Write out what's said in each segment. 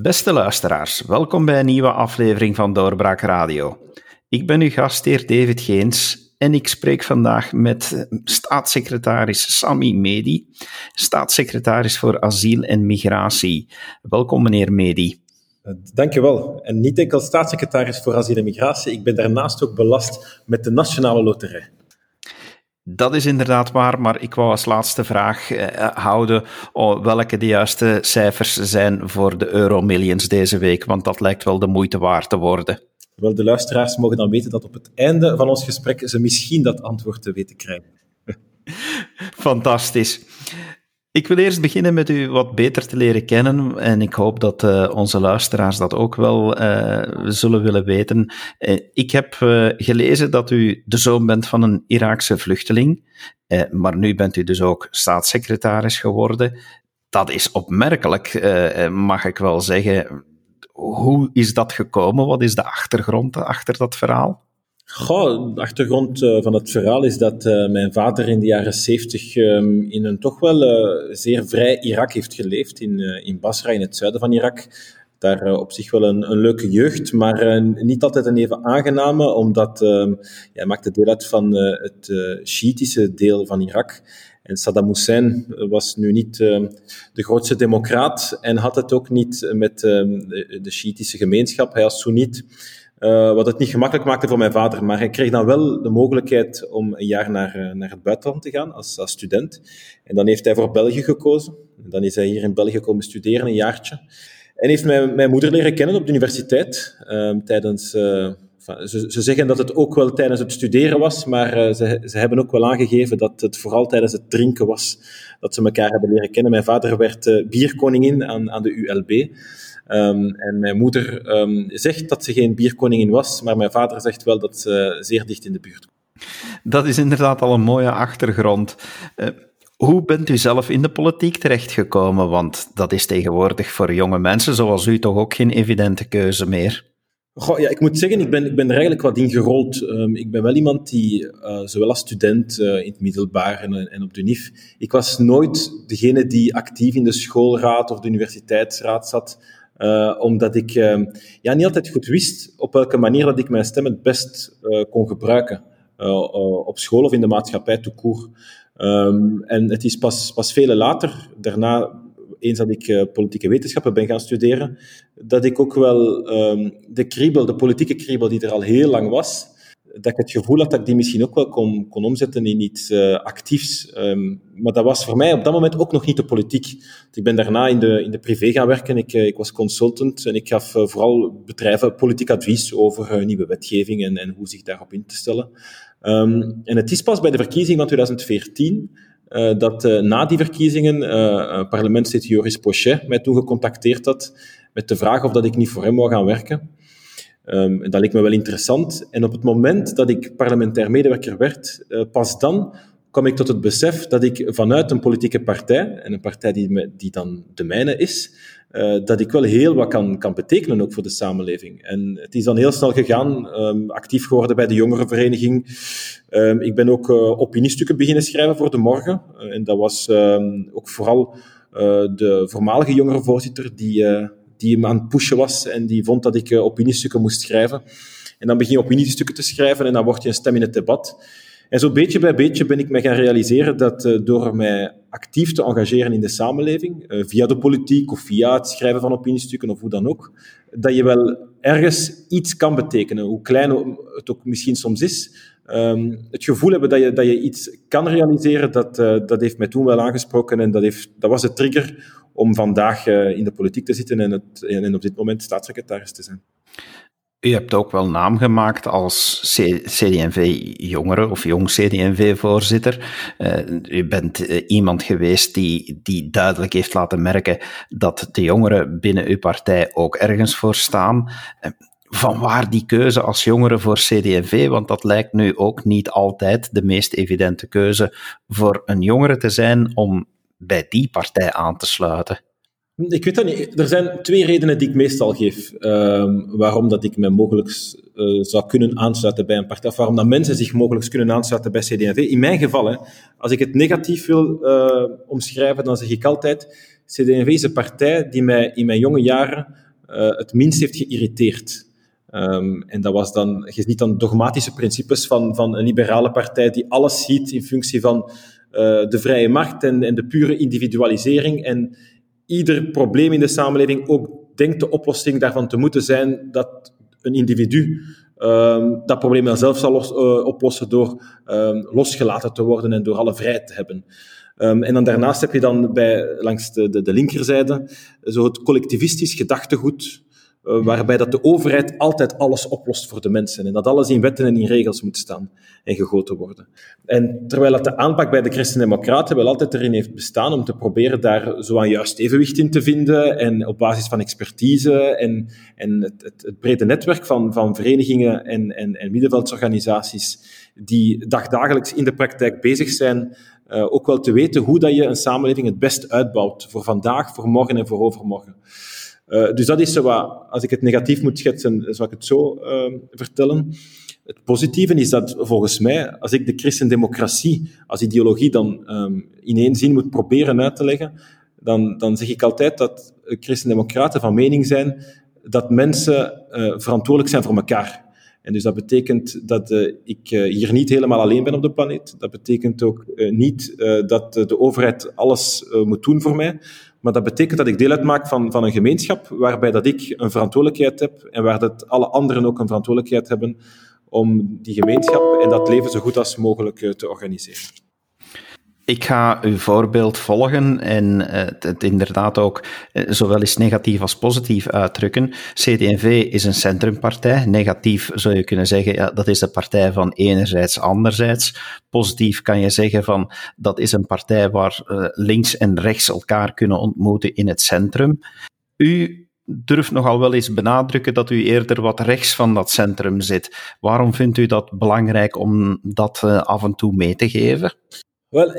Beste luisteraars, welkom bij een nieuwe aflevering van Doorbraak Radio. Ik ben uw gastheer David Geens en ik spreek vandaag met staatssecretaris Sami Mehdi, staatssecretaris voor asiel en migratie. Welkom meneer Mehdi. Dankjewel. En niet enkel staatssecretaris voor asiel en migratie, ik ben daarnaast ook belast met de Nationale Loterij. Dat is inderdaad waar, maar ik wou als laatste vraag houden welke de juiste cijfers zijn voor de Euromillions deze week, want dat lijkt wel de moeite waard te worden. Wel, de luisteraars mogen dan weten dat op het einde van ons gesprek ze misschien dat antwoord te weten krijgen. Fantastisch. Ik wil eerst beginnen met u wat beter te leren kennen en ik hoop dat onze luisteraars dat ook wel zullen willen weten. Ik heb gelezen dat u de zoon bent van een Iraakse vluchteling, maar nu bent u dus ook staatssecretaris geworden. Dat is opmerkelijk, mag ik wel zeggen. Hoe is dat gekomen? Wat is de achtergrond achter dat verhaal? Goh, de achtergrond van het verhaal is dat mijn vader in de jaren 70 in een toch wel zeer vrij Irak heeft geleefd, in Basra, in het zuiden van Irak. Daar op zich wel een leuke jeugd, maar niet altijd een even aangename, omdat hij maakte deel uit van het Sjiitische deel van Irak. En Saddam Hussein was nu niet de grootste democraat en had het ook niet met de Sjiitische gemeenschap. Hij was Soeniet. Wat het niet gemakkelijk maakte voor mijn vader. Maar hij kreeg dan wel de mogelijkheid om een jaar naar het buitenland te gaan als student. En dan heeft hij voor België gekozen. En dan is hij hier in België komen studeren, een jaartje. En heeft mijn moeder leren kennen op de universiteit. Ze zeggen dat het ook wel tijdens het studeren was, maar ze hebben ook wel aangegeven dat het vooral tijdens het drinken was dat ze elkaar hebben leren kennen. Mijn vader werd bierkoningin aan de ULB. En mijn moeder zegt dat ze geen bierkoningin was, maar mijn vader zegt wel dat ze zeer dicht in de buurt kwam. Dat is inderdaad al een mooie achtergrond. Hoe bent u zelf in de politiek terechtgekomen? Want dat is tegenwoordig voor jonge mensen zoals u toch ook geen evidente keuze meer. Goh, ja, ik moet zeggen, ik ben er eigenlijk wat in gerold. Ik ben wel iemand die, zowel als student in het middelbaar en op de UNIF, ik was nooit degene die actief in de schoolraad of de universiteitsraad zat, omdat ik niet altijd goed wist op welke manier dat ik mijn stem het best kon gebruiken. Op school of in de maatschappij tout court. En het is pas vele later, daarna, eens dat ik politieke wetenschappen ben gaan studeren, dat ik ook wel de politieke kriebel die er al heel lang was, dat ik het gevoel had dat ik die misschien ook wel kon omzetten in iets actiefs. Maar dat was voor mij op dat moment ook nog niet de politiek. Ik ben daarna in de privé gaan werken. Ik was consultant en ik gaf vooral bedrijven politiek advies over nieuwe wetgeving en hoe zich daarop in te stellen. En het is pas bij de verkiezing van 2014 dat na die verkiezingen parlementslid Joris Pochet mij toen gecontacteerd had met de vraag of dat ik niet voor hem wou gaan werken. Dat leek me wel interessant. En op het moment dat ik parlementair medewerker werd, pas dan kwam ik tot het besef dat ik vanuit een politieke partij, en een partij die dan de mijne is, dat ik wel heel wat kan betekenen ook voor de samenleving. En het is dan heel snel gegaan, actief geworden bij de jongerenvereniging. Ik ben ook opiniestukken beginnen schrijven voor De Morgen. En dat was ook vooral de voormalige jongerenvoorzitter die hem aan het pushen was en die vond dat ik opiniestukken moest schrijven. En dan begin je opiniestukken te schrijven en dan word je een stem in het debat. En zo beetje bij beetje ben ik me gaan realiseren dat door mij actief te engageren in de samenleving, via de politiek of via het schrijven van opiniestukken of hoe dan ook, dat je wel ergens iets kan betekenen, hoe klein het ook misschien soms is. Het gevoel hebben dat je iets kan realiseren, dat heeft mij toen wel aangesproken en dat was de trigger om vandaag in de politiek te zitten en op dit moment staatssecretaris te zijn. U hebt ook wel naam gemaakt als CD&V-jongere of jong CD&V-voorzitter. U bent iemand geweest die duidelijk heeft laten merken dat de jongeren binnen uw partij ook ergens voor staan. Vanwaar die keuze als jongere voor CD&V? Want dat lijkt nu ook niet altijd de meest evidente keuze voor een jongere te zijn om bij die partij aan te sluiten. Ik weet dat niet. Er zijn twee redenen die ik meestal geef waarom dat ik me mogelijk zou kunnen aansluiten bij een partij, of waarom dat mensen zich mogelijk kunnen aansluiten bij CD&V. In mijn geval, als ik het negatief wil omschrijven, dan zeg ik altijd, CD&V is een partij die mij in mijn jonge jaren het minst heeft geïrriteerd. En dat was dan, je ziet dan dogmatische principes van een liberale partij die alles ziet in functie van de vrije markt en de pure individualisering en ieder probleem in de samenleving ook denkt de oplossing daarvan te moeten zijn dat een individu dat probleem dan zelf zal oplossen door losgelaten te worden en door alle vrijheid te hebben. En dan daarnaast heb je dan langs de linkerzijde zo het collectivistisch gedachtegoed, waarbij dat de overheid altijd alles oplost voor de mensen en dat alles in wetten en in regels moet staan en gegoten worden. En terwijl dat de aanpak bij de Christen-Democraten wel altijd erin heeft bestaan om te proberen daar zo een juist evenwicht in te vinden en op basis van expertise en het brede netwerk van verenigingen en middenveldsorganisaties die dagdagelijks in de praktijk bezig zijn, ook wel te weten hoe dat je een samenleving het best uitbouwt voor vandaag, voor morgen en voor overmorgen. Dus dat is zo wat, als ik het negatief moet schetsen, zal ik het zo vertellen. Het positieve is dat volgens mij, als ik de christendemocratie als ideologie dan in één zin moet proberen uit te leggen, dan zeg ik altijd dat christendemocraten van mening zijn dat mensen verantwoordelijk zijn voor elkaar. En dus dat betekent dat ik hier niet helemaal alleen ben op de planeet. Dat betekent ook niet dat de overheid alles moet doen voor mij. Maar dat betekent dat ik deel uitmaak van een gemeenschap waarbij dat ik een verantwoordelijkheid heb en waar dat alle anderen ook een verantwoordelijkheid hebben om die gemeenschap en dat leven zo goed als mogelijk te organiseren. Ik ga uw voorbeeld volgen en het inderdaad ook zowel eens negatief als positief uitdrukken. CD&V is een centrumpartij. Negatief zou je kunnen zeggen, ja, dat is de partij van enerzijds, anderzijds. Positief kan je zeggen van, dat is een partij waar links en rechts elkaar kunnen ontmoeten in het centrum. U durft nogal wel eens benadrukken dat u eerder wat rechts van dat centrum zit. Waarom vindt u dat belangrijk om dat af en toe mee te geven? Wel,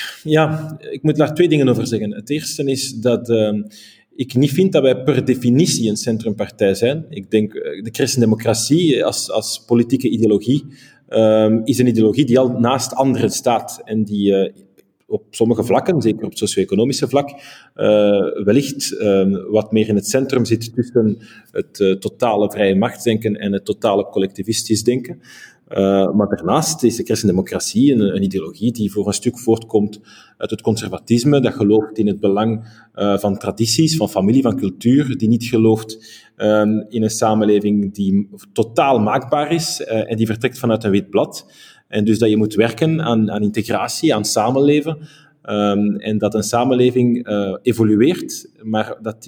ik moet daar twee dingen over zeggen. Het eerste is dat ik niet vind dat wij per definitie een centrumpartij zijn. Ik denk, de christendemocratie als politieke ideologie is een ideologie die al naast anderen staat en die op sommige vlakken, zeker op het socio-economische vlak, wellicht wat meer in het centrum zit tussen het totale vrije machtsdenken en het totale collectivistisch denken. Maar daarnaast is de christendemocratie een ideologie die voor een stuk voortkomt uit het conservatisme, dat gelooft in het belang van tradities, van familie, van cultuur, die niet gelooft in een samenleving die totaal maakbaar is en die vertrekt vanuit een wit blad. En dus dat je moet werken aan integratie, aan samenleven. En dat een samenleving evolueert, maar dat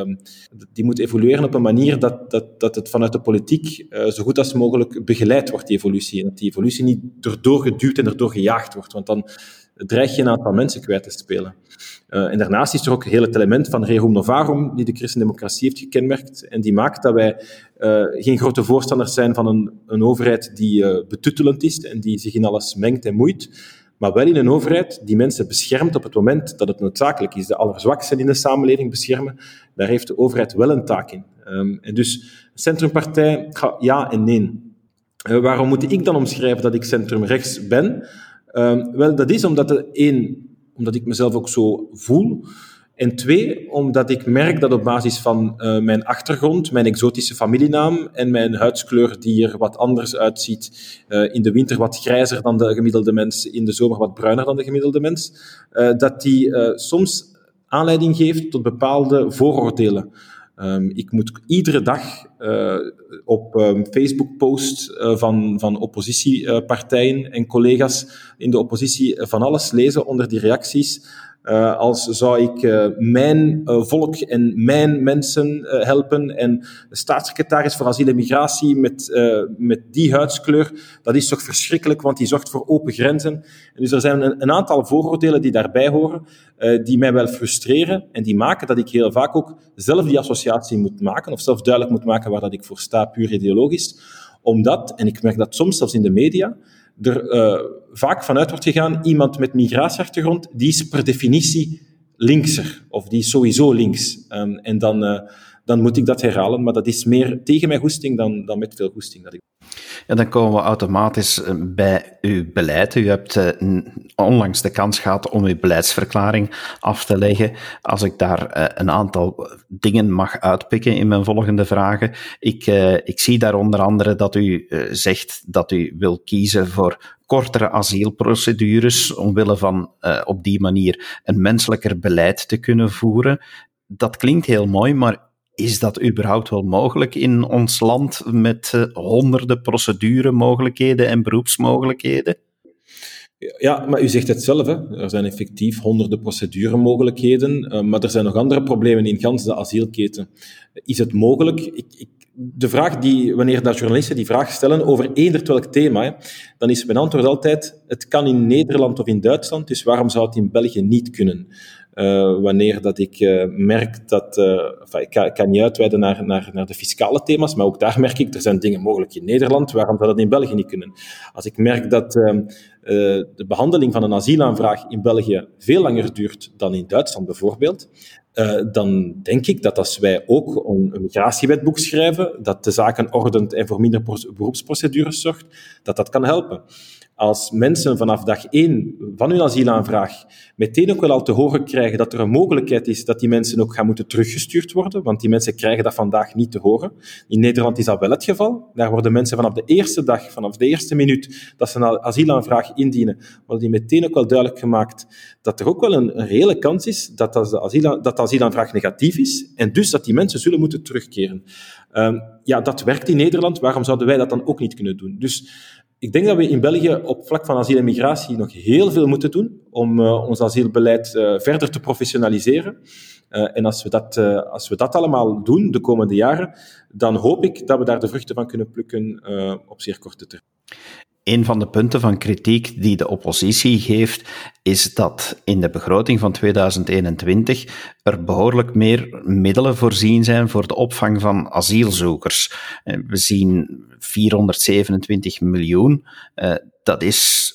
die moet evolueren op een manier dat het vanuit de politiek zo goed als mogelijk begeleid wordt, die evolutie. En dat die evolutie niet erdoor geduwd en erdoor gejaagd wordt, want dan dreig je een aantal mensen kwijt te spelen. En daarnaast is er ook heel het element van rerum novarum, die de christendemocratie heeft gekenmerkt, en die maakt dat wij geen grote voorstanders zijn van een overheid die betuttelend is en die zich in alles mengt en moeit, maar wel in een overheid die mensen beschermt op het moment dat het noodzakelijk is. De allerzwaksten in de samenleving beschermen, daar heeft de overheid wel een taak in. En dus centrumpartij, ja en nee. Waarom moet ik dan omschrijven dat ik centrumrechts ben? Wel, dat is omdat ik mezelf ook zo voel. En twee, omdat ik merk dat op basis van mijn achtergrond, mijn exotische familienaam en mijn huidskleur die er wat anders uitziet, in de winter wat grijzer dan de gemiddelde mens, in de zomer wat bruiner dan de gemiddelde mens, dat die soms aanleiding geeft tot bepaalde vooroordelen. Ik moet iedere dag op Facebook posts van oppositiepartijen en collega's in de oppositie van alles lezen onder die reacties. Als zou ik mijn volk en mijn mensen helpen en de staatssecretaris voor asiel en migratie met die huidskleur, dat is toch verschrikkelijk, want die zorgt voor open grenzen. En dus er zijn een aantal vooroordelen die daarbij horen, die mij wel frustreren en die maken dat ik heel vaak ook zelf die associatie moet maken, of zelf duidelijk moet maken waar dat ik voor sta, puur ideologisch. Omdat, en ik merk dat soms zelfs in de media, er vaak vanuit wordt gegaan, iemand met migratieachtergrond, die is per definitie linkser, of die is sowieso links. En dan moet ik dat herhalen. Maar dat is meer tegen mijn goesting dan met veel goesting. Dat ik... Ja, dan komen we automatisch bij uw beleid. U hebt onlangs de kans gehad om uw beleidsverklaring af te leggen. Als ik daar een aantal dingen mag uitpikken in mijn volgende vragen. Ik zie daar onder andere dat u zegt dat u wil kiezen voor kortere asielprocedures, omwille van op die manier een menselijker beleid te kunnen voeren. Dat klinkt heel mooi, maar is dat überhaupt wel mogelijk in ons land met honderden proceduremogelijkheden en beroepsmogelijkheden? Ja, maar u zegt het zelf, hè. Er zijn effectief honderden proceduremogelijkheden, maar er zijn nog andere problemen in gans de asielketen. Is het mogelijk? De vraag wanneer dat journalisten die vraag stellen over eender welk thema, hè, dan is mijn antwoord altijd, het kan in Nederland of in Duitsland, dus waarom zou het in België niet kunnen? Wanneer dat ik merk dat... ik kan niet uitweiden naar de fiscale thema's, maar ook daar merk ik, er zijn dingen mogelijk in Nederland, waarom zou dat in België niet kunnen? Als ik merk dat de behandeling van een asielaanvraag in België veel langer duurt dan in Duitsland bijvoorbeeld, dan denk ik dat als wij ook een migratiewetboek schrijven, dat de zaken ordent en voor minder beroepsprocedures zorgt, dat kan helpen. Als mensen vanaf dag 1 van hun asielaanvraag meteen ook wel al te horen krijgen dat er een mogelijkheid is dat die mensen ook gaan moeten teruggestuurd worden, want die mensen krijgen dat vandaag niet te horen. In Nederland is dat wel het geval. Daar worden mensen vanaf de eerste dag, vanaf de eerste minuut dat ze een asielaanvraag indienen, worden die meteen ook wel duidelijk gemaakt dat er ook wel een reële kans is dat de asielaanvraag negatief is en dus dat die mensen zullen moeten terugkeren. Dat werkt in Nederland. Waarom zouden wij dat dan ook niet kunnen doen? Dus ik denk dat we in België op vlak van asiel en migratie nog heel veel moeten doen om ons asielbeleid verder te professionaliseren. En als we dat allemaal doen de komende jaren, dan hoop ik dat we daar de vruchten van kunnen plukken op zeer korte termijn. Een van de punten van kritiek die de oppositie geeft, is dat in de begroting van 2021 er behoorlijk meer middelen voorzien zijn voor de opvang van asielzoekers. We zien 427 miljoen. Dat is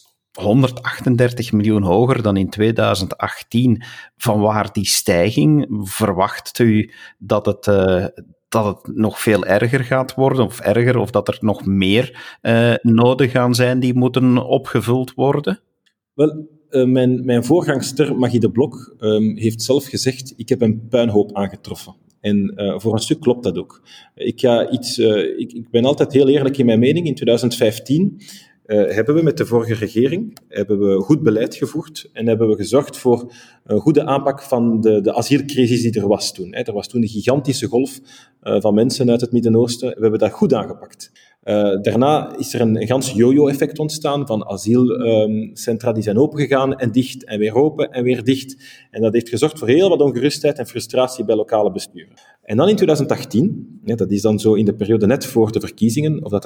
138 miljoen hoger dan in 2018. Vanwaar die stijging? Verwacht u dat het nog veel erger gaat worden, of dat er nog meer noden gaan zijn die moeten opgevuld worden? Wel, mijn voorgangster Magie de Blok heeft zelf gezegd, ik heb een puinhoop aangetroffen. En voor een stuk klopt dat ook. Ik ben altijd heel eerlijk in mijn mening. In 2015 hebben we met de vorige regering goed beleid gevoerd en hebben we gezorgd voor een goede aanpak van de asielcrisis die er was toen. Er was toen een gigantische golf van mensen uit het Midden-Oosten. We hebben dat goed aangepakt. Daarna is er een gans yo-yo-effect ontstaan van asielcentra die zijn opengegaan en dicht en weer open en weer dicht. En dat heeft gezorgd voor heel wat ongerustheid en frustratie bij lokale besturen. En dan in 2018, dat is dan zo in de periode net voor de verkiezingen, of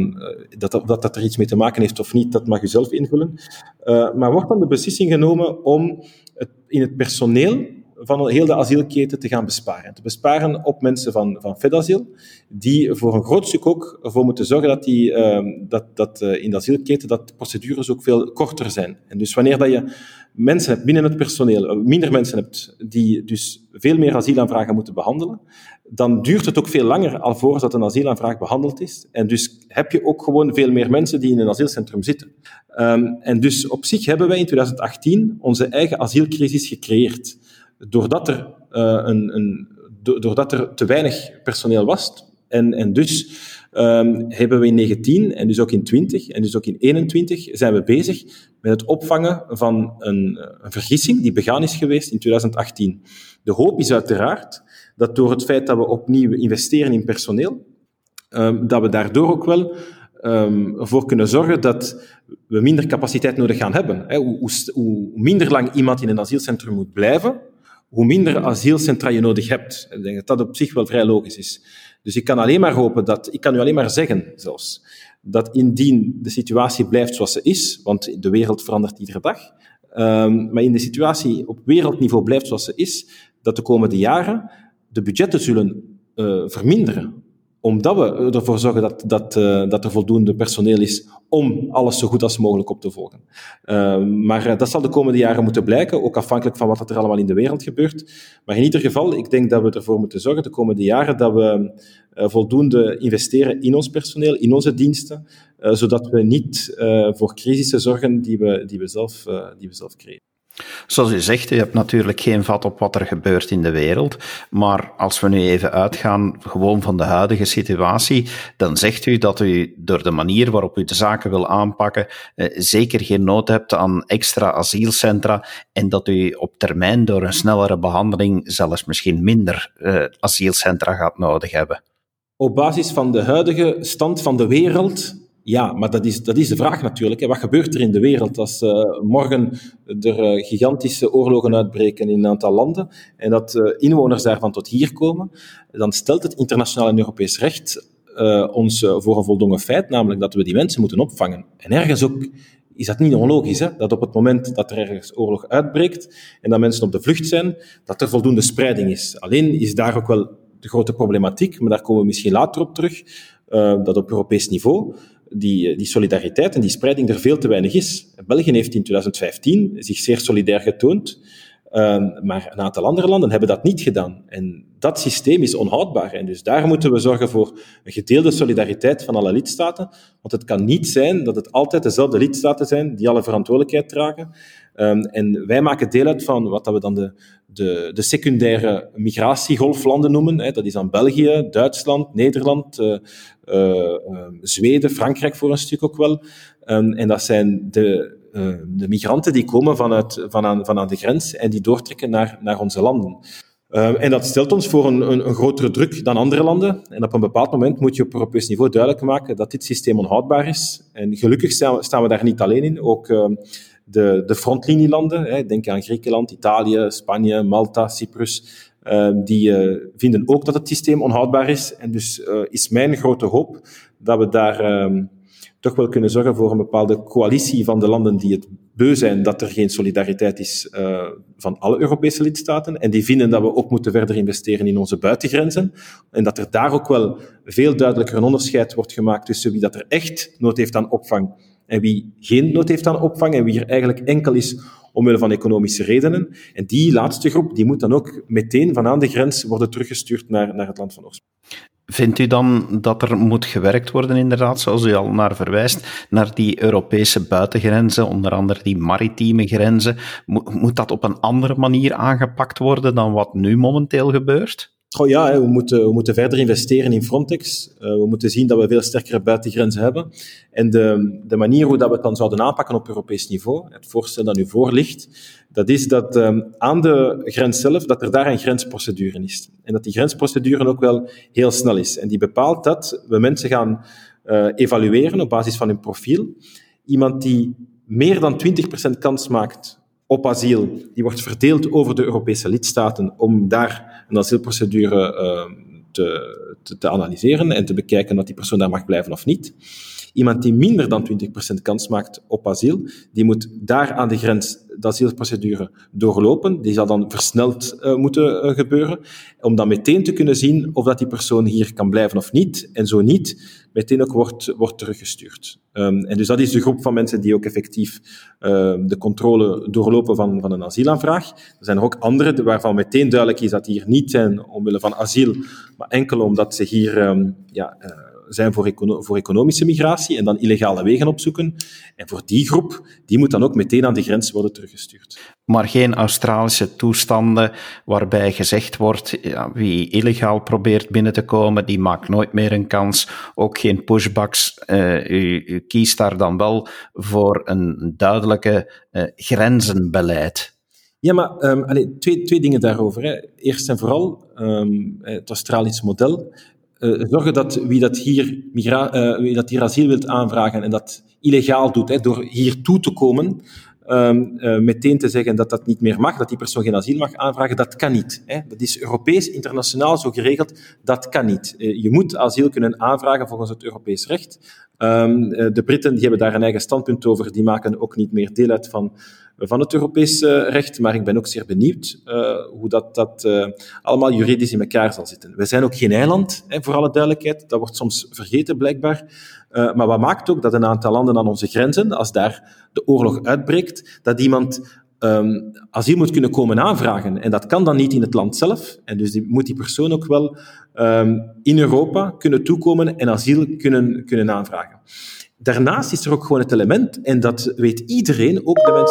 dat er iets mee te maken heeft of niet, dat mag u zelf invullen. Maar wordt dan de beslissing genomen om in het personeel van heel de asielketen te gaan besparen. Te besparen op mensen van FedAsiel, die voor een groot stuk ook ervoor moeten zorgen dat in de asielketen dat de procedures ook veel korter zijn. En dus wanneer dat je mensen hebt binnen het personeel, minder mensen hebt die dus veel meer asielaanvragen moeten behandelen, dan duurt het ook veel langer alvorens dat een asielaanvraag behandeld is. En dus heb je ook gewoon veel meer mensen die in een asielcentrum zitten. En dus op zich hebben wij in 2018 onze eigen asielcrisis gecreëerd. Doordat er te weinig personeel was. En dus hebben we in 2019 en dus ook in 2020 en dus ook in 2021 zijn we bezig met het opvangen van een vergissing die begaan is geweest in 2018. De hoop is uiteraard dat door het feit dat we opnieuw investeren in personeel, dat we daardoor ook wel ervoor kunnen zorgen dat we minder capaciteit nodig gaan hebben. Hoe minder lang iemand in een asielcentrum moet blijven, hoe minder asielcentra je nodig hebt. Ik denk dat dat op zich wel vrij logisch is. Dus ik kan alleen maar hopen ik kan u alleen maar zeggen zelfs, dat indien de situatie blijft zoals ze is, want de wereld verandert iedere dag, maar in de situatie op wereldniveau blijft zoals ze is, dat de komende jaren de budgetten zullen verminderen. omdat we ervoor zorgen dat er voldoende personeel is om alles zo goed als mogelijk op te volgen. Maar dat zal de komende jaren moeten blijken, ook afhankelijk van wat er allemaal in de wereld gebeurt. Maar in ieder geval, ik denk dat we ervoor moeten zorgen de komende jaren dat we voldoende investeren in ons personeel, in onze diensten, zodat we niet voor crisissen zorgen die we zelf creëren. Zoals u zegt, u hebt natuurlijk geen vat op wat er gebeurt in de wereld, maar als we nu even uitgaan gewoon van de huidige situatie, dan zegt u dat u door de manier waarop u de zaken wil aanpakken zeker geen nood hebt aan extra asielcentra en dat u op termijn door een snellere behandeling zelfs misschien minder asielcentra gaat nodig hebben. Op basis van de huidige stand van de wereld... Ja, maar dat is de vraag natuurlijk. Wat gebeurt er in de wereld als morgen er gigantische oorlogen uitbreken in een aantal landen en dat inwoners daarvan tot hier komen? Dan stelt het internationaal en Europees recht ons voor een voldongen feit, namelijk dat we die mensen moeten opvangen. En ergens ook is dat niet onlogisch, hè? Dat op het moment dat er ergens oorlog uitbreekt en dat mensen op de vlucht zijn, dat er voldoende spreiding is. Alleen is daar ook wel de grote problematiek, maar daar komen we misschien later op terug, dat op Europees niveau die solidariteit en die spreiding er veel te weinig is. België heeft in 2015 zich zeer solidair getoond, maar een aantal andere landen hebben dat niet gedaan. En dat systeem is onhoudbaar. En dus daar moeten we zorgen voor een gedeelde solidariteit van alle lidstaten. Want het kan niet zijn dat het altijd dezelfde lidstaten zijn die alle verantwoordelijkheid dragen. En wij maken deel uit van wat we dan de secundaire migratiegolflanden noemen. Dat is dan België, Duitsland, Nederland, Zweden, Frankrijk voor een stuk ook wel. En dat zijn de migranten die komen van aan de grens en die doortrekken naar onze landen. En dat stelt ons voor een grotere druk dan andere landen. En op een bepaald moment moet je op Europees niveau duidelijk maken dat dit systeem onhoudbaar is. En gelukkig staan we daar niet alleen in. Ook de frontlinielanden, denk aan Griekenland, Italië, Spanje, Malta, Cyprus, die vinden ook dat het systeem onhoudbaar is. En dus is mijn grote hoop dat we daar toch wel kunnen zorgen voor een bepaalde coalitie van de landen die het beu zijn dat er geen solidariteit is van alle Europese lidstaten en die vinden dat we ook moeten verder investeren in onze buitengrenzen en dat er daar ook wel veel duidelijker een onderscheid wordt gemaakt tussen wie dat er echt nood heeft aan opvang en wie geen nood heeft aan opvang en wie er eigenlijk enkel is omwille van economische redenen. En die laatste groep die moet dan ook meteen van aan de grens worden teruggestuurd naar het land van oorsprong. Vindt u dan dat er moet gewerkt worden, inderdaad, zoals u al naar verwijst, naar die Europese buitengrenzen, onder andere die maritieme grenzen? Moet dat op een andere manier aangepakt worden dan wat nu momenteel gebeurt? Ja, we moeten verder investeren in Frontex. We moeten zien dat we veel sterkere buitengrenzen hebben. En de manier hoe dat we het dan zouden aanpakken op Europees niveau, het voorstel dat nu voor ligt, dat is dat aan de grens zelf, dat er daar een grensprocedure is. En dat die grensprocedure ook wel heel snel is. En die bepaalt dat we mensen gaan evalueren op basis van hun profiel. Iemand die meer dan 20% kans maakt op asiel, die wordt verdeeld over de Europese lidstaten om daar een asielprocedure te analyseren en te bekijken dat die persoon daar mag blijven of niet. Iemand die minder dan 20% kans maakt op asiel, die moet daar aan de grens de asielprocedure doorlopen. Die zal dan versneld moeten gebeuren, om dan meteen te kunnen zien of dat die persoon hier kan blijven of niet. En zo niet, meteen ook wordt teruggestuurd. En dus dat is de groep van mensen die ook effectief de controle doorlopen van een asielaanvraag. Er zijn er ook anderen waarvan meteen duidelijk is dat die hier niet zijn omwille van asiel, maar enkel omdat ze hier zijn voor economische migratie en dan illegale wegen opzoeken. En voor die groep, die moet dan ook meteen aan de grens worden teruggestuurd. Maar geen Australische toestanden waarbij gezegd wordt, wie illegaal probeert binnen te komen, die maakt nooit meer een kans. Ook geen pushbacks. U kiest daar dan wel voor een duidelijke grenzenbeleid. Ja, maar twee dingen daarover. Hè. Eerst en vooral het Australisch model. Zorgen dat wie dat hier asiel wilt aanvragen en dat illegaal doet, door hier toe te komen, meteen te zeggen dat dat niet meer mag, dat die persoon geen asiel mag aanvragen, dat kan niet. Dat is Europees, internationaal zo geregeld, dat kan niet. Je moet asiel kunnen aanvragen volgens het Europees recht. De Britten die hebben daar een eigen standpunt over, die maken ook niet meer deel uit van het Europese recht, maar ik ben ook zeer benieuwd hoe dat allemaal juridisch in elkaar zal zitten. We zijn ook geen eiland, voor alle duidelijkheid. Dat wordt soms vergeten, blijkbaar. Maar wat maakt ook dat een aantal landen aan onze grenzen, als daar de oorlog uitbreekt, dat iemand asiel moet kunnen komen aanvragen. En dat kan dan niet in het land zelf. En dus moet die persoon ook wel in Europa kunnen toekomen en asiel kunnen aanvragen. Daarnaast is er ook gewoon het element, en dat weet iedereen, ook de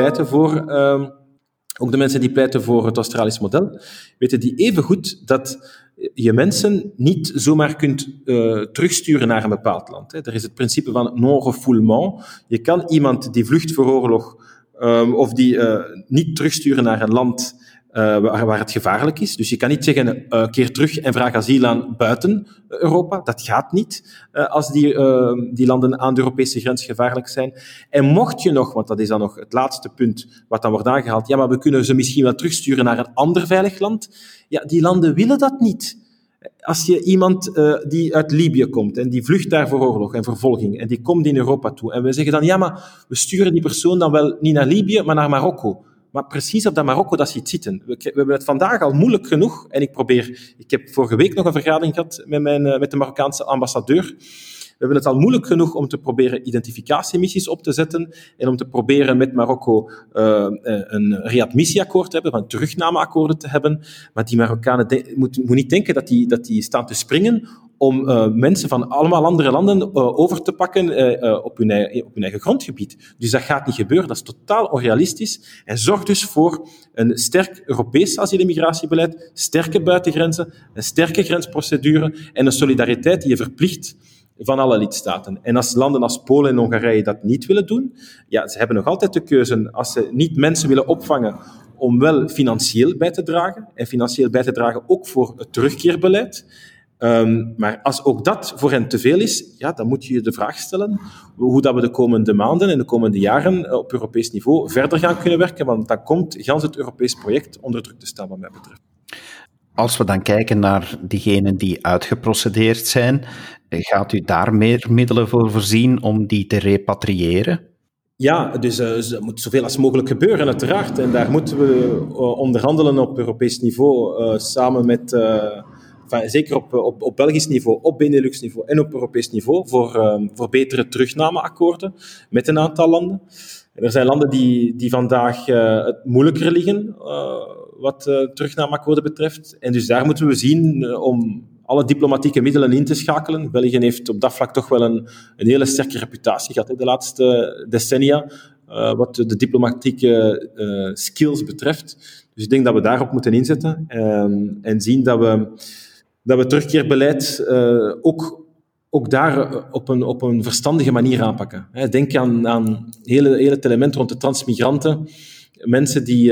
mensen die pleiten voor het Australisch model, weten die even goed dat je mensen niet zomaar kunt terugsturen naar een bepaald land. Hè. Er is het principe van non-refoulement. Je kan iemand die vlucht voor oorlog of die niet terugsturen naar een land waar het gevaarlijk is. Dus je kan niet zeggen, keer terug en vraag asiel aan buiten Europa. Dat gaat niet als die landen aan de Europese grens gevaarlijk zijn. En mocht je nog, want dat is dan nog het laatste punt wat dan wordt aangehaald, ja, maar we kunnen ze misschien wel terugsturen naar een ander veilig land. Ja, die landen willen dat niet. Als je iemand die uit Libië komt en die vlucht daar voor oorlog en vervolging en die komt in Europa toe en we zeggen dan, ja, maar we sturen die persoon dan wel niet naar Libië, maar naar Marokko. Maar precies op dat Marokko dat ziet zitten. We hebben het vandaag al moeilijk genoeg. En ik heb vorige week nog een vergadering gehad met de Marokkaanse ambassadeur. We hebben het al moeilijk genoeg om te proberen identificatiemissies op te zetten en om te proberen met Marokko een readmissieakkoord te hebben, een terugnameakkoorden te hebben. Maar die Marokkanen moet niet denken dat die staan te springen om mensen van allemaal andere landen over te pakken op hun eigen grondgebied. Dus dat gaat niet gebeuren, dat is totaal onrealistisch. En zorg dus voor een sterk Europees asiel- en migratiebeleid, sterke buitengrenzen, een sterke grensprocedure en een solidariteit die je verplicht van alle lidstaten. En als landen als Polen en Hongarije dat niet willen doen, ja, ze hebben nog altijd de keuze, als ze niet mensen willen opvangen, om wel financieel bij te dragen, en financieel bij te dragen ook voor het terugkeerbeleid. Maar als ook dat voor hen te veel is, ja, dan moet je je de vraag stellen hoe dat we de komende maanden en de komende jaren op Europees niveau verder gaan kunnen werken, want dan komt gans het Europees project onder druk te staan wat mij betreft. Als we dan kijken naar diegenen die uitgeprocedeerd zijn, gaat u daar meer middelen voor voorzien om die te repatriëren? Ja, dus dat moet zoveel als mogelijk gebeuren, uiteraard. En daar moeten we onderhandelen op Europees niveau, samen met, zeker op Belgisch niveau, op Benelux niveau en op Europees niveau, voor betere terugnameakkoorden met een aantal landen. En er zijn landen die vandaag het moeilijker liggen, wat terugnameakkoorden betreft. En dus daar moeten we zien om alle diplomatieke middelen in te schakelen. België heeft op dat vlak toch wel een hele sterke reputatie gehad de laatste decennia, wat de diplomatieke skills betreft. Dus ik denk dat we daarop moeten inzetten en zien dat we terugkeerbeleid ook daar op een verstandige manier aanpakken. Denk aan heel het element rond de transmigranten, mensen die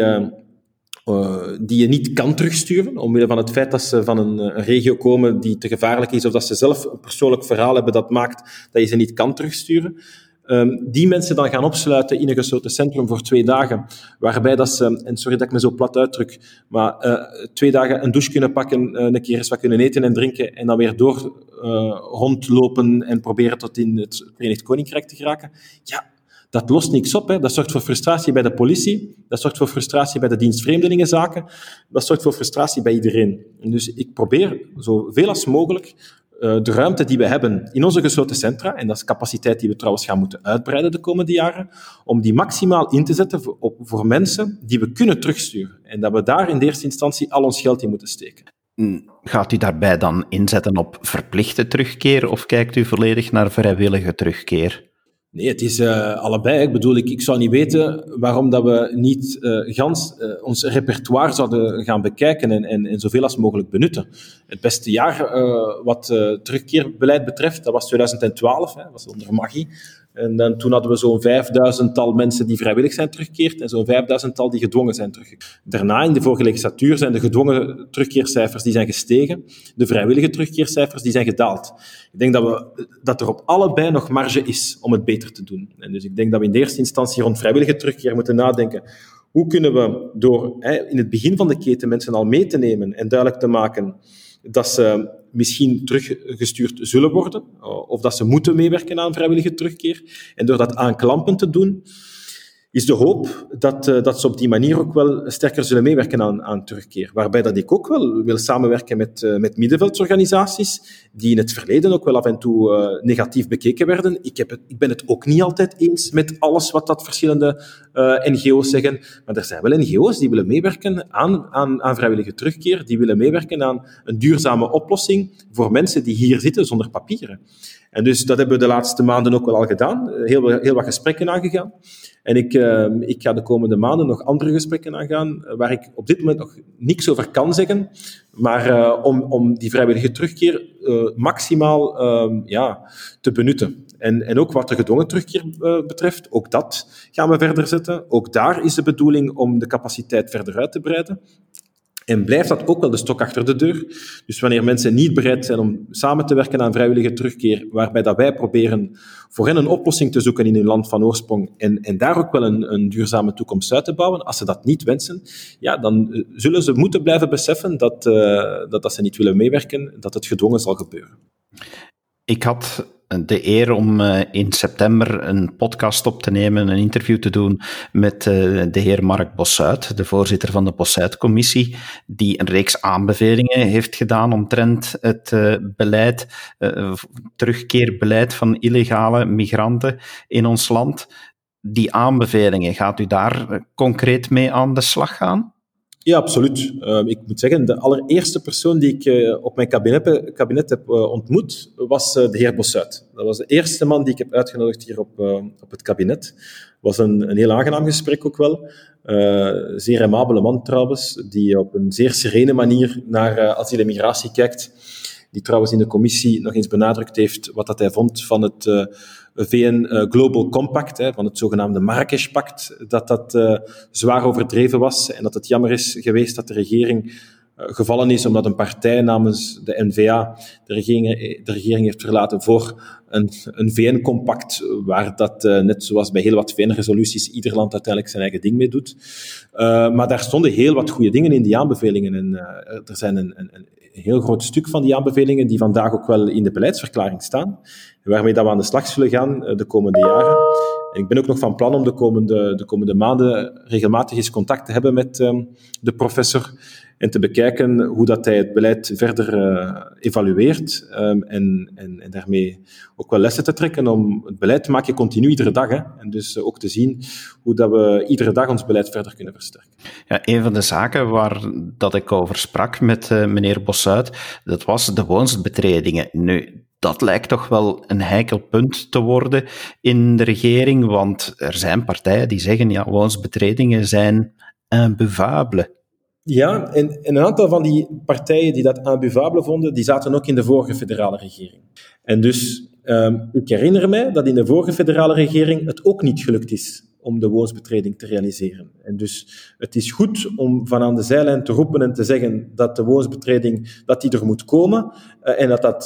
je niet kan terugsturen, omwille van het feit dat ze van een regio komen die te gevaarlijk is, of dat ze zelf een persoonlijk verhaal hebben dat maakt dat je ze niet kan terugsturen. Die mensen dan gaan opsluiten in een gesloten centrum voor 2 dagen, waarbij dat ze, en sorry dat ik me zo plat uitdruk, maar 2 dagen een douche kunnen pakken, een keer eens wat kunnen eten en drinken, en dan weer door rondlopen en proberen tot in het Verenigd Koninkrijk te geraken. Ja, dat lost niks op. Hè. Dat zorgt voor frustratie bij de politie, dat zorgt voor frustratie bij de dienst Vreemdelingenzaken, dat zorgt voor frustratie bij iedereen. En dus ik probeer zoveel als mogelijk de ruimte die we hebben in onze gesloten centra, en dat is capaciteit die we trouwens gaan moeten uitbreiden de komende jaren, om die maximaal in te zetten voor mensen die we kunnen terugsturen. En dat we daar in de eerste instantie al ons geld in moeten steken. Gaat u daarbij dan inzetten op verplichte terugkeer of kijkt u volledig naar vrijwillige terugkeer? Nee, het is allebei. Ik bedoel, ik zou niet weten waarom dat we niet gans ons repertoire zouden gaan bekijken en zoveel als mogelijk benutten. Het beste jaar wat terugkeerbeleid betreft, dat was 2012, dat was onder Maggie. En dan, toen hadden we zo'n 5000-tal mensen die vrijwillig zijn teruggekeerd en zo'n 5000-tal die gedwongen zijn teruggekeerd. Daarna, in de vorige legislatuur, zijn de gedwongen terugkeercijfers die zijn gestegen. De vrijwillige terugkeercijfers die zijn gedaald. Ik denk dat er op allebei nog marge is om het beter te doen. En dus ik denk dat we in de eerste instantie rond vrijwillige terugkeer moeten nadenken. Hoe kunnen we door in het begin van de keten mensen al mee te nemen en duidelijk te maken dat ze misschien teruggestuurd zullen worden, of dat ze moeten meewerken aan vrijwillige terugkeer. En door dat aanklampend te doen, is de hoop dat ze op die manier ook wel sterker zullen meewerken aan terugkeer. Waarbij dat ik ook wel wil samenwerken met middenveldsorganisaties, die in het verleden ook wel af en toe negatief bekeken werden. Ik ben het ook niet altijd eens met alles wat dat verschillende NGO's zeggen, maar er zijn wel NGO's die willen meewerken aan vrijwillige terugkeer, die willen meewerken aan een duurzame oplossing voor mensen die hier zitten zonder papieren. En dus dat hebben we de laatste maanden ook wel al gedaan, heel wat gesprekken aangegaan. En ik ga de komende maanden nog andere gesprekken aangaan, waar ik op dit moment nog niks over kan zeggen, maar om die vrijwillige terugkeer maximaal te benutten. En ook wat de gedwongen terugkeer betreft, ook dat gaan we verder zetten. Ook daar is de bedoeling om de capaciteit verder uit te breiden. En blijft dat ook wel de stok achter de deur. Dus wanneer mensen niet bereid zijn om samen te werken aan vrijwillige terugkeer, waarbij dat wij proberen voor hen een oplossing te zoeken in hun land van oorsprong en daar ook wel een duurzame toekomst uit te bouwen, als ze dat niet wensen, ja, dan zullen ze moeten blijven beseffen dat ze niet willen meewerken, dat het gedwongen zal gebeuren. Ik had de eer om in september een podcast op te nemen, een interview te doen met de heer Mark Bossuyt, de voorzitter van de Bossuyt-commissie, die een reeks aanbevelingen heeft gedaan omtrent het terugkeerbeleid van illegale migranten in ons land. Die aanbevelingen, gaat u daar concreet mee aan de slag gaan? Ja, absoluut. Ik moet zeggen, de allereerste persoon die ik op mijn kabinet heb ontmoet, was de heer Bossuyt. Dat was de eerste man die ik heb uitgenodigd hier op het kabinet. Het was een heel aangenaam gesprek ook wel. Zeer aimabele man trouwens, die op een zeer serene manier naar asiel en migratie kijkt. Die trouwens in de commissie nog eens benadrukt heeft wat dat hij vond van het VN Global Compact, van het zogenaamde Marrakesh-pact, dat zwaar overdreven was en dat het jammer is geweest dat de regering gevallen is omdat een partij namens de N-VA de regering heeft verlaten voor een VN-compact waar dat, net zoals bij heel wat VN-resoluties, ieder land uiteindelijk zijn eigen ding mee doet. Maar daar stonden heel wat goede dingen in die aanbevelingen en er zijn een heel groot stuk van die aanbevelingen die vandaag ook wel in de beleidsverklaring staan, waarmee dat we aan de slag zullen gaan de komende jaren. En ik ben ook nog van plan om de komende maanden regelmatig eens contact te hebben met de professor en te bekijken hoe dat hij het beleid verder evalueert en daarmee ook wel lessen te trekken om het beleid te maken continu iedere dag. Hè? En dus ook te zien hoe dat we iedere dag ons beleid verder kunnen versterken. Ja, een van de zaken waar dat ik over sprak met meneer Bossuyt, dat was de woonsbetredingen. Nu, dat lijkt toch wel een heikel punt te worden in de regering, want er zijn partijen die zeggen, ja, woonsbetredingen zijn imbuvable. Ja, en een aantal van die partijen die dat imbuvable vonden, die zaten ook in de vorige federale regering. En dus, ik herinner mij dat in de vorige federale regering het ook niet gelukt is om de woonsbetreding te realiseren. En dus het is goed om van aan de zijlijn te roepen en te zeggen dat de woonsbetreding dat die er moet komen en dat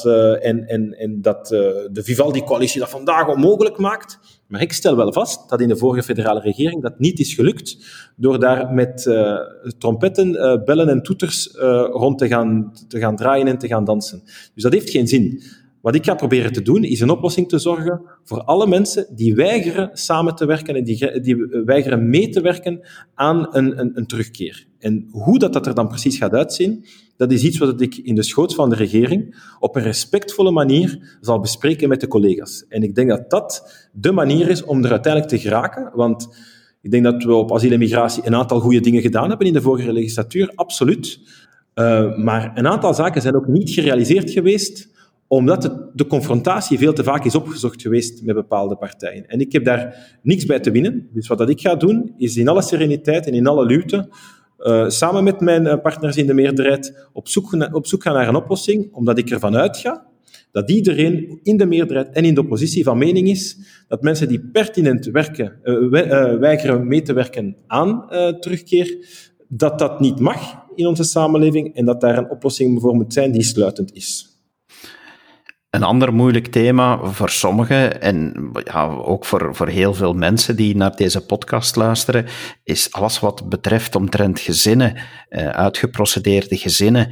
de Vivaldi-coalitie dat vandaag onmogelijk maakt. Maar ik stel wel vast dat in de vorige federale regering dat niet is gelukt door daar met trompetten, bellen en toeters rond te gaan draaien en te gaan dansen. Dus dat heeft geen zin. Wat ik ga proberen te doen, is een oplossing te zorgen voor alle mensen die weigeren samen te werken en die weigeren mee te werken aan een terugkeer. En hoe dat er dan precies gaat uitzien, dat is iets wat ik in de schoot van de regering op een respectvolle manier zal bespreken met de collega's. En ik denk dat dat de manier is om er uiteindelijk te geraken, want ik denk dat we op asiel en migratie een aantal goede dingen gedaan hebben in de vorige legislatuur, absoluut. Maar een aantal zaken zijn ook niet gerealiseerd geweest, omdat de confrontatie veel te vaak is opgezocht geweest met bepaalde partijen. En ik heb daar niks bij te winnen. Dus wat ik ga doen, is in alle sereniteit en in alle luwte, samen met mijn partners in de meerderheid, op zoek gaan naar een oplossing, omdat ik ervan uitga dat iedereen in de meerderheid en in de oppositie van mening is dat mensen die pertinent weigeren mee te werken aan terugkeer, dat niet mag in onze samenleving en dat daar een oplossing voor moet zijn die sluitend is. Een ander moeilijk thema voor sommigen, en ja, ook voor heel veel mensen die naar deze podcast luisteren, is alles wat betreft omtrent gezinnen, uitgeprocedeerde gezinnen.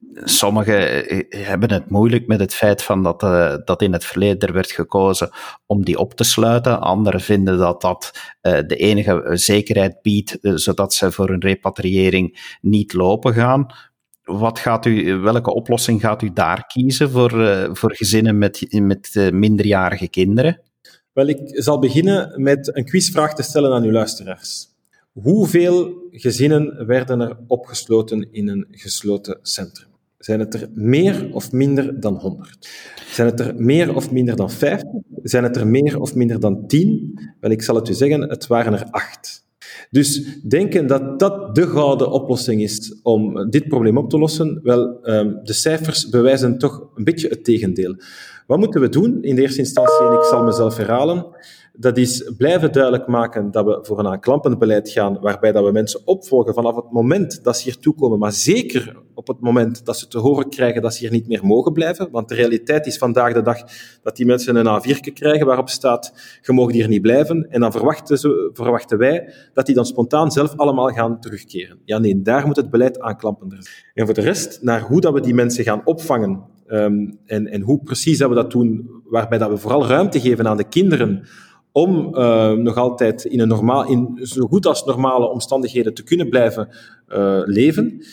Sommigen hebben het moeilijk met het feit van dat in het verleden er werd gekozen om die op te sluiten. Anderen vinden dat de enige zekerheid biedt, zodat ze voor een repatriëring niet lopen gaan. Welke oplossing gaat u daar kiezen voor gezinnen met minderjarige kinderen? Wel, ik zal beginnen met een quizvraag te stellen aan uw luisteraars. Hoeveel gezinnen werden er opgesloten in een gesloten centrum? Zijn het er meer of minder dan 100? Zijn het er meer of minder dan 50? Zijn het er meer of minder dan 10? Wel, ik zal het u zeggen, het waren er 8. Dus denken dat dat de gouden oplossing is om dit probleem op te lossen, wel, de cijfers bewijzen toch een beetje het tegendeel. Wat moeten we doen? In de eerste instantie, en ik zal mezelf herhalen, dat is blijven duidelijk maken dat we voor een aanklampend beleid gaan, waarbij dat we mensen opvolgen vanaf het moment dat ze hier toekomen, maar zeker op het moment dat ze te horen krijgen dat ze hier niet meer mogen blijven. Want de realiteit is vandaag de dag dat die mensen een A4'tje krijgen waarop staat, je mag hier niet blijven. En dan verwachten wij dat die dan spontaan zelf allemaal gaan terugkeren. Ja, nee, daar moet het beleid aanklampender zijn. En voor de rest, naar hoe dat we die mensen gaan opvangen, en hoe precies dat we dat doen, waarbij dat we vooral ruimte geven aan de kinderen om nog altijd in zo goed als normale omstandigheden te kunnen blijven leven.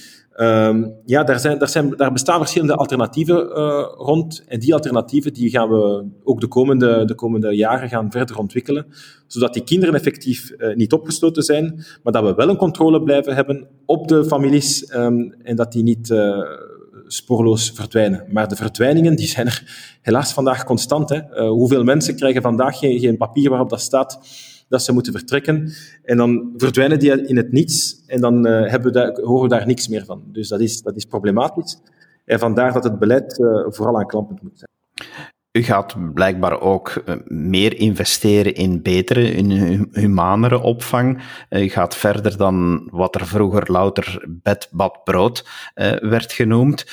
Daar bestaan verschillende alternatieven rond. En die alternatieven die gaan we ook de komende jaren gaan verder ontwikkelen, zodat die kinderen effectief niet opgesloten zijn, maar dat we wel een controle blijven hebben op de families en dat die niet spoorloos verdwijnen. Maar de verdwijningen die zijn er helaas vandaag constant. Hè. Hoeveel mensen krijgen vandaag geen papier waarop dat staat dat ze moeten vertrekken. En dan verdwijnen die in het niets en dan horen we daar niks meer van. Dus dat is problematisch. En vandaar dat het beleid vooral aanklampend moet zijn. U gaat blijkbaar ook meer investeren in betere, in humanere opvang. U gaat verder dan wat er vroeger louter bed, bad, brood werd genoemd.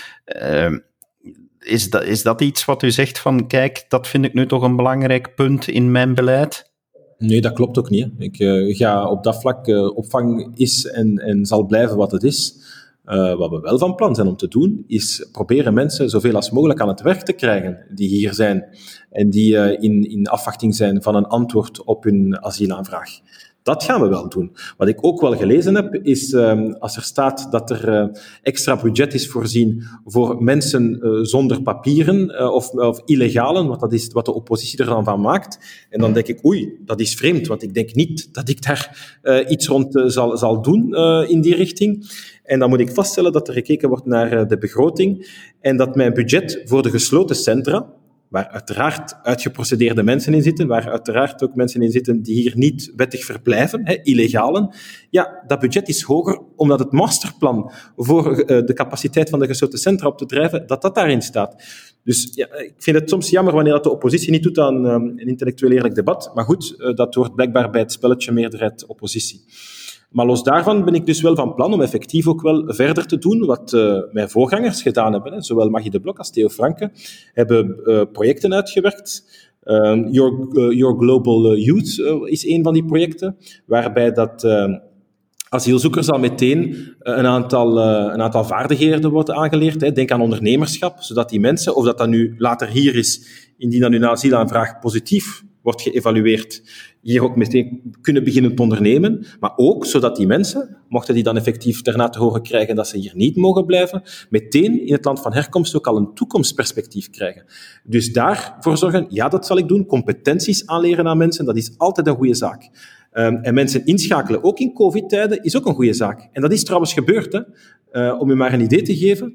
Is dat iets wat u zegt van, kijk, dat vind ik nu toch een belangrijk punt in mijn beleid? Nee, dat klopt ook niet. Hè. Ik ga op dat vlak, opvang is en zal blijven wat het is. Wat we wel van plan zijn om te doen, is proberen mensen zoveel als mogelijk aan het werk te krijgen die hier zijn en die in afwachting zijn van een antwoord op hun asielaanvraag. Dat gaan we wel doen. Wat ik ook wel gelezen heb, is als er staat dat er extra budget is voorzien voor mensen zonder papieren of illegalen, want dat is wat de oppositie er dan van maakt. En dan denk ik, oei, dat is vreemd, want ik denk niet dat ik daar iets rond zal doen in die richting. En dan moet ik vaststellen dat er gekeken wordt naar de begroting en dat mijn budget voor de gesloten centra, waar uiteraard uitgeprocedeerde mensen in zitten, waar uiteraard ook mensen in zitten die hier niet wettig verblijven, illegalen. Ja, dat budget is hoger, omdat het masterplan voor de capaciteit van de gesloten centra op te drijven, dat daarin staat. Dus ja, ik vind het soms jammer wanneer dat de oppositie niet doet aan een intellectueel eerlijk debat, maar goed, dat hoort blijkbaar bij het spelletje meerderheid-oppositie. Maar los daarvan ben ik dus wel van plan om effectief ook wel verder te doen wat mijn voorgangers gedaan hebben. Hè. Zowel Maggie de Blok als Theo Franke hebben projecten uitgewerkt. Your Global Youth is een van die projecten, waarbij dat asielzoekers al meteen een aantal vaardigheden wordt aangeleerd. Hè. Denk aan ondernemerschap, zodat die mensen, of dat nu later hier is, indien dan hun asielaanvraag positief wordt geëvalueerd, hier ook meteen kunnen beginnen te ondernemen, maar ook zodat die mensen, mochten die dan effectief daarna te horen krijgen dat ze hier niet mogen blijven, meteen in het land van herkomst ook al een toekomstperspectief krijgen. Dus daarvoor zorgen, ja, dat zal ik doen, competenties aanleren aan mensen, dat is altijd een goede zaak. En mensen inschakelen, ook in COVID-tijden, is ook een goede zaak. En dat is trouwens gebeurd, hè. Om u maar een idee te geven.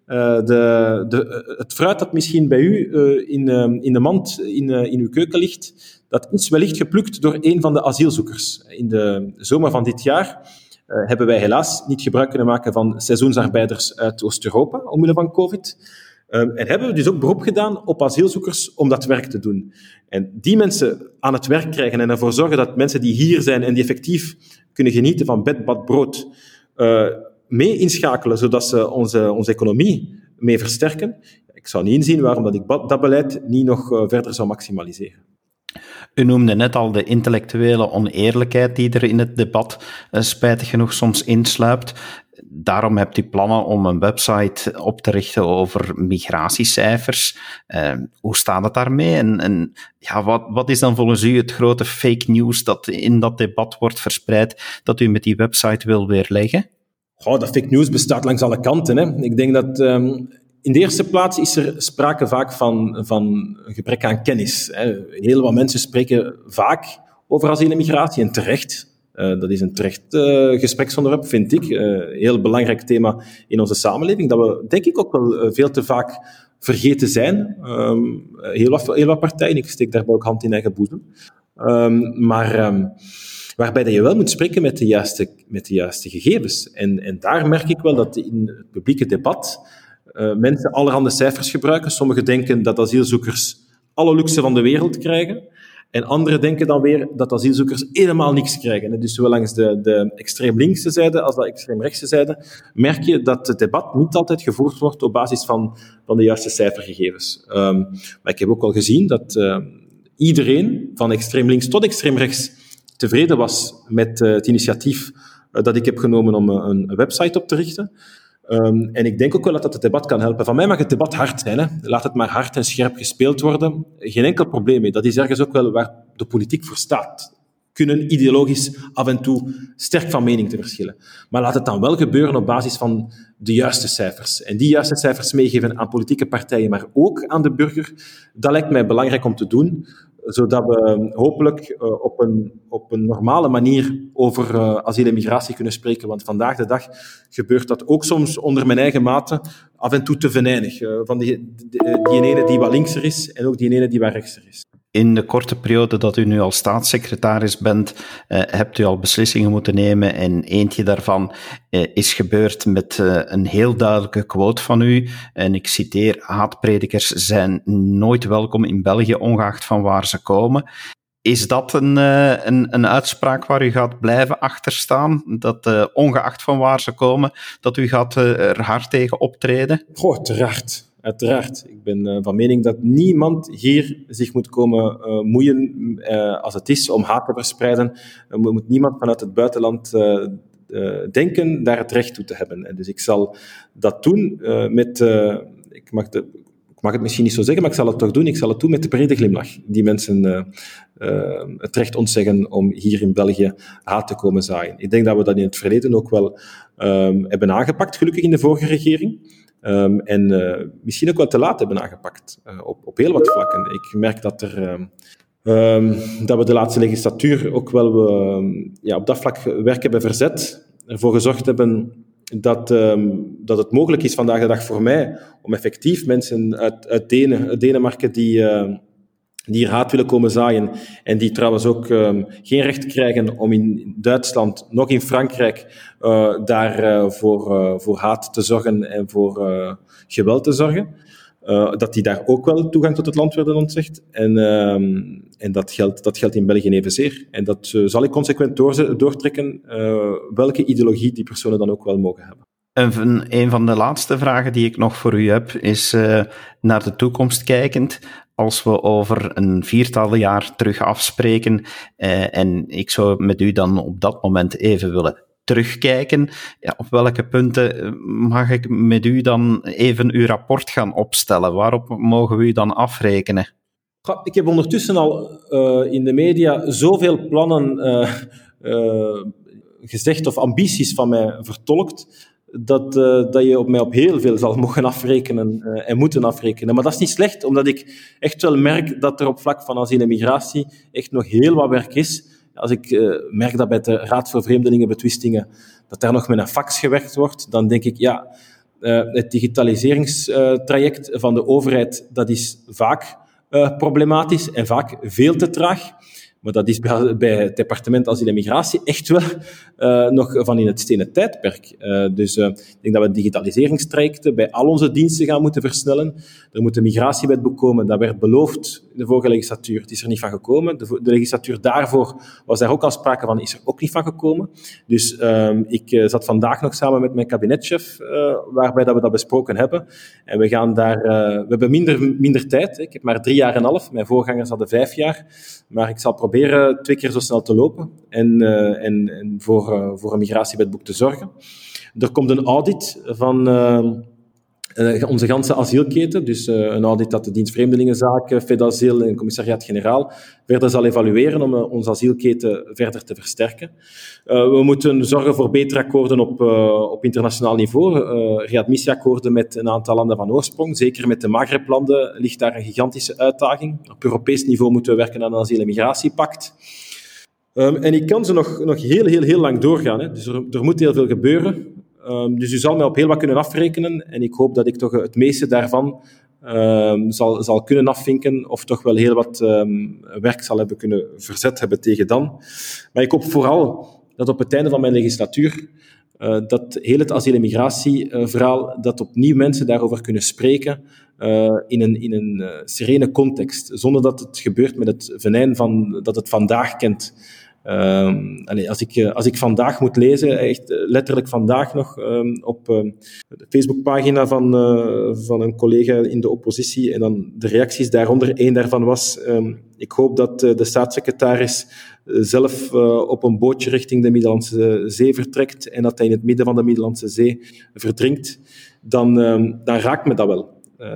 Het fruit dat misschien bij u in de mand in uw keuken ligt, dat is wellicht geplukt door een van de asielzoekers. In de zomer van dit jaar hebben wij helaas niet gebruik kunnen maken van seizoensarbeiders uit Oost-Europa, omwille van COVID. En hebben we dus ook beroep gedaan op asielzoekers om dat werk te doen. En die mensen aan het werk krijgen en ervoor zorgen dat mensen die hier zijn en die effectief kunnen genieten van bed, bad, brood, mee inschakelen, zodat ze onze economie mee versterken. Ik zou niet inzien waarom dat ik dat beleid niet nog verder zou maximaliseren. U noemde net al de intellectuele oneerlijkheid die er in het debat spijtig genoeg soms insluipt. daarom hebt u plannen om een website op te richten over migratiecijfers. Hoe staat het daarmee? En wat is dan volgens u het grote fake news dat in dat debat wordt verspreid, dat u met die website wil weerleggen? Dat fake news bestaat langs alle kanten. Hè. Ik denk dat in de eerste plaats is er sprake vaak van een gebrek aan kennis. Hè. Heel wat mensen spreken vaak over asiel en migratie en terecht. Dat is een terecht gespreksonderwerp, vind ik. Heel belangrijk thema in onze samenleving, dat we denk ik ook wel veel te vaak vergeten zijn. Heel wat partijen, ik steek daarbij ook hand in eigen boezem. Waarbij dat je wel moet spreken met de juiste gegevens. En daar merk ik wel dat in het publieke debat mensen allerhande cijfers gebruiken. Sommigen denken dat asielzoekers alle luxe van de wereld krijgen. En anderen denken dan weer dat asielzoekers helemaal niks krijgen. Dus zowel langs de extreem linkse zijde als de extreem rechtse zijde merk je dat het debat niet altijd gevoerd wordt op basis van de juiste cijfergegevens. Maar ik heb ook al gezien dat iedereen, van extreem links tot extreem rechts, tevreden was met het initiatief dat ik heb genomen om een website op te richten. En ik denk ook wel dat het debat kan helpen. Van mij mag het debat hard zijn. Hè. Laat het maar hard en scherp gespeeld worden. Geen enkel probleem mee. Dat is ergens ook wel waar de politiek voor staat. Kunnen ideologisch af en toe sterk van mening te verschillen. Maar laat het dan wel gebeuren op basis van de juiste cijfers. En die juiste cijfers meegeven aan politieke partijen, maar ook aan de burger. Dat lijkt mij belangrijk om te doen, zodat we hopelijk op een normale manier over asiel en migratie kunnen spreken. Want vandaag de dag gebeurt dat ook soms onder mijn eigen mate af en toe te venijnig. Van die ene die wat linkser is en ook die ene die wat rechtser is. In de korte periode dat u nu al staatssecretaris bent, hebt u al beslissingen moeten nemen en eentje daarvan is gebeurd met een heel duidelijke quote van u. En ik citeer, haatpredikers zijn nooit welkom in België, ongeacht van waar ze komen. Is dat een uitspraak waar u gaat blijven achter staan? Dat ongeacht van waar ze komen, dat u gaat er hard tegen optreden? Uiteraard. Ik ben van mening dat niemand hier zich moet komen moeien als het is om haat te verspreiden. Er moet niemand vanuit het buitenland denken daar het recht toe te hebben. En dus ik zal dat doen met... Ik mag het misschien niet zo zeggen, maar ik zal het toch doen. Ik zal het doen met de brede glimlach die mensen het recht ontzeggen om hier in België haat te komen zaaien. Ik denk dat we dat in het verleden ook wel hebben aangepakt, gelukkig in de vorige regering. En misschien ook wel te laat hebben aangepakt, op heel wat vlakken. Ik merk dat we de laatste legislatuur ook wel op dat vlak werk hebben verzet, ervoor gezorgd hebben dat het mogelijk is vandaag de dag voor mij om effectief mensen uit Denemarken die hier haat willen komen zaaien en die trouwens ook geen recht krijgen om in Duitsland, nog in Frankrijk, daar voor haat te zorgen en voor geweld te zorgen. Dat die daar ook wel toegang tot het land werden ontzegd. En dat geldt in België evenzeer. En dat zal ik consequent doortrekken, welke ideologie die personen dan ook wel mogen hebben. Een van de laatste vragen die ik nog voor u heb, is naar de toekomst kijkend. Als we over een 4-tal jaar terug afspreken, en ik zou met u dan op dat moment even willen terugkijken, op welke punten mag ik met u dan even uw rapport gaan opstellen? Waarop mogen we u dan afrekenen? Ik heb ondertussen al in de media zoveel plannen gezegd of ambities van mij vertolkt, dat je op mij op heel veel zal mogen afrekenen en moeten afrekenen. Maar dat is niet slecht, omdat ik echt wel merk dat er op vlak van asiel en migratie echt nog heel wat werk is. Als ik merk dat bij de Raad voor Vreemdelingenbetwistingen dat daar nog met een fax gewerkt wordt, dan denk ik, het digitaliseringstraject van de overheid, dat is vaak problematisch en vaak veel te traag. Maar dat is bij het departement asiel en migratie echt wel nog van in het stenen tijdperk. Dus ik denk dat we digitaliseringstrajecten bij al onze diensten gaan moeten versnellen. Er moet een migratiewetboek komen, dat werd beloofd in de vorige legislatuur. Het is er niet van gekomen. De legislatuur daarvoor was daar ook al sprake van, is er ook niet van gekomen. Dus ik zat vandaag nog samen met mijn kabinetchef, waarbij dat we dat besproken hebben. En we gaan daar... we hebben minder tijd. Hè. Ik heb maar 3,5 jaar. Mijn voorgangers hadden 5 jaar. Maar ik zal proberen 2 keer zo snel te lopen en voor een migratiewetboek te zorgen. Er komt een audit van onze ganse asielketen, dus een audit dat de dienst Vreemdelingenzaken, FedAsiel en Commissariaat-Generaal verder zal evalueren om onze asielketen verder te versterken. We moeten zorgen voor betere akkoorden op internationaal niveau, readmissieakkoorden met een aantal landen van oorsprong. Zeker met de Maghreb-landen ligt daar een gigantische uitdaging. Op Europees niveau moeten we werken aan een asiel- en migratiepact. En ik kan ze nog heel lang doorgaan. Hè. Dus er moet heel veel gebeuren. Dus u zal mij op heel wat kunnen afrekenen en ik hoop dat ik toch het meeste daarvan zal kunnen afvinken of toch wel heel wat werk zal hebben kunnen verzet hebben tegen dan. Maar ik hoop vooral dat op het einde van mijn legislatuur dat heel het asiel- en migratieverhaal, dat opnieuw mensen daarover kunnen spreken in een serene context, zonder dat het gebeurt met het venijn van dat het vandaag kent. Als ik vandaag moet lezen, echt letterlijk vandaag nog, op de Facebookpagina van een collega in de oppositie, en dan de reacties daaronder, één daarvan was, ik hoop dat de staatssecretaris zelf op een bootje richting de Middellandse Zee vertrekt en dat hij in het midden van de Middellandse Zee verdrinkt, dan raakt me dat wel.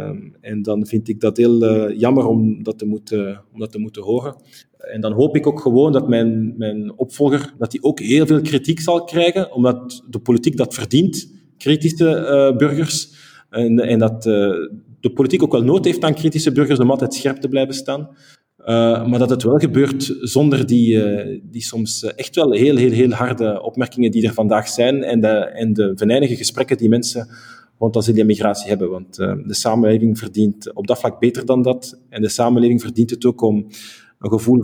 En dan vind ik dat heel jammer om dat te moeten horen. En dan hoop ik ook gewoon dat mijn opvolger dat hij ook heel veel kritiek zal krijgen, omdat de politiek dat verdient, kritische burgers. En dat de politiek ook wel nood heeft aan kritische burgers om altijd scherp te blijven staan. Maar dat het wel gebeurt zonder die soms echt wel heel harde opmerkingen die er vandaag zijn en de venijnige gesprekken die mensen rond asiel en migratie hebben. Want de samenleving verdient op dat vlak beter dan dat. En de samenleving verdient het ook om een gevoel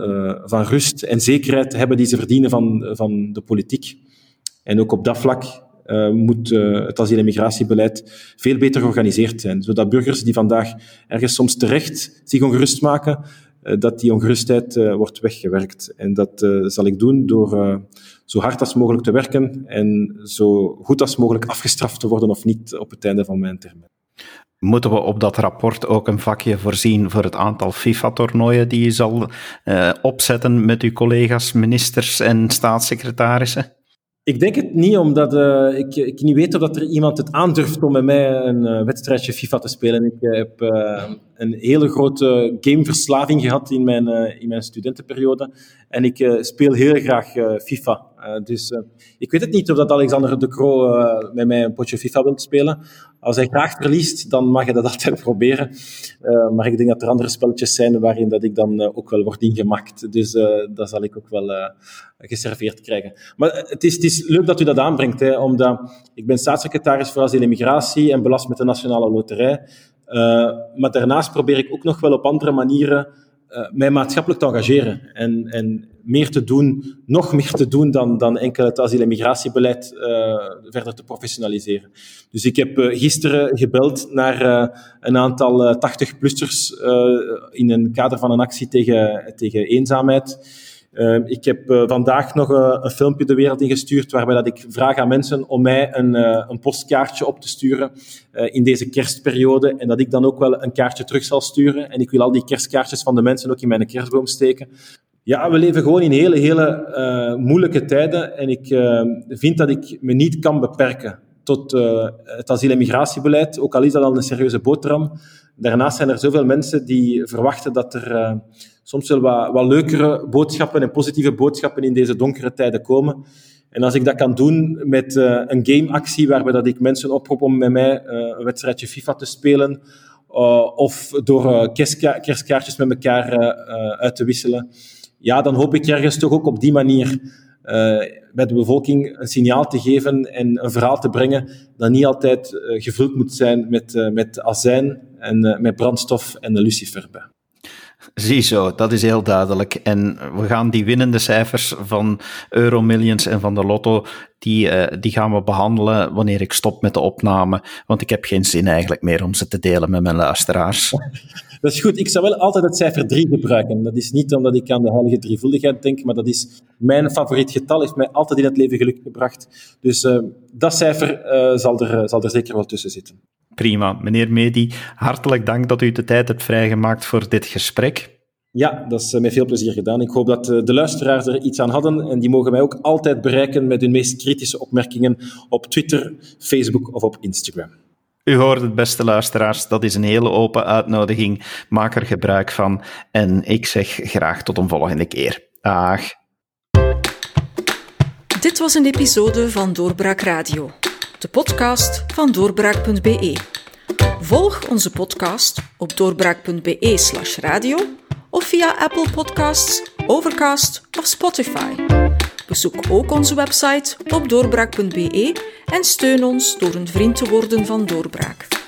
van rust en zekerheid te hebben die ze verdienen van de politiek. En ook op dat vlak moet het asiel- en migratiebeleid veel beter georganiseerd zijn, zodat burgers die vandaag ergens soms terecht zich ongerust maken, dat die ongerustheid wordt weggewerkt. En dat zal ik doen door zo hard als mogelijk te werken en zo goed als mogelijk afgestraft te worden of niet op het einde van mijn termijn. Moeten we op dat rapport ook een vakje voorzien voor het aantal FIFA-toernooien die je zal opzetten met uw collega's, ministers en staatssecretarissen? Ik denk het niet, omdat ik niet weet of dat er iemand het aandurft om met mij een wedstrijdje FIFA te spelen. Ik heb een hele grote gameverslaving gehad in mijn studentenperiode. En ik speel heel graag FIFA. Dus ik weet het niet of dat Alexander De Croo met mij een potje FIFA wil spelen. Als hij graag verliest, dan mag hij dat altijd proberen. Maar ik denk dat er andere spelletjes zijn waarin dat ik dan ook wel word ingemakt. Dus dat zal ik ook wel geserveerd krijgen. Maar het is leuk dat u dat aanbrengt, hè, omdat ik ben staatssecretaris voor asiel en migratie en belast met de Nationale Loterij. Maar daarnaast probeer ik ook nog wel op andere manieren mij maatschappelijk te engageren en nog meer te doen dan enkel het asiel- en migratiebeleid verder te professionaliseren. Dus ik heb gisteren gebeld naar een aantal 80-plussers in een kader van een actie tegen eenzaamheid. Ik heb vandaag nog een filmpje de wereld ingestuurd waarbij dat ik vraag aan mensen om mij een postkaartje op te sturen in deze kerstperiode en dat ik dan ook wel een kaartje terug zal sturen. En ik wil al die kerstkaartjes van de mensen ook in mijn kerstboom steken. Ja, we leven gewoon in hele moeilijke tijden en ik vind dat ik me niet kan beperken tot het asiel- en migratiebeleid, ook al is dat al een serieuze boterham. Daarnaast zijn er zoveel mensen die verwachten dat er soms wel wat leukere boodschappen en positieve boodschappen in deze donkere tijden komen. En als ik dat kan doen met een gameactie waarbij dat ik mensen oproep om met mij een wedstrijdje FIFA te spelen, of door kerstkaartjes met elkaar uit te wisselen, ja, dan hoop ik ergens toch ook op die manier bij de bevolking een signaal te geven en een verhaal te brengen dat niet altijd gevuld moet zijn met azijn en met brandstof en een lucifer bij. Ziezo, dat is heel duidelijk. En we gaan die winnende cijfers van Euromillions en van de Lotto, die gaan we behandelen wanneer ik stop met de opname. Want ik heb geen zin eigenlijk meer om ze te delen met mijn luisteraars. Dat is goed. Ik zou wel altijd het cijfer 3 gebruiken. Dat is niet omdat ik aan de heilige drievuldigheid denk, maar dat is mijn favoriet getal, heeft mij altijd in het leven geluk gebracht. Dus dat cijfer zal er zeker wel tussen zitten. Prima. Meneer Mehdi, hartelijk dank dat u de tijd hebt vrijgemaakt voor dit gesprek. Ja, dat is met veel plezier gedaan. Ik hoop dat de luisteraars er iets aan hadden en die mogen mij ook altijd bereiken met hun meest kritische opmerkingen op Twitter, Facebook of op Instagram. U hoort het, beste luisteraars, dat is een hele open uitnodiging. Maak er gebruik van en ik zeg graag tot een volgende keer. Dag. Dit was een episode van Doorbraak Radio, de podcast van doorbraak.be. Volg onze podcast op doorbraak.be/radio of via Apple Podcasts, Overcast of Spotify. Bezoek ook onze website op doorbraak.be en steun ons door een vriend te worden van Doorbraak.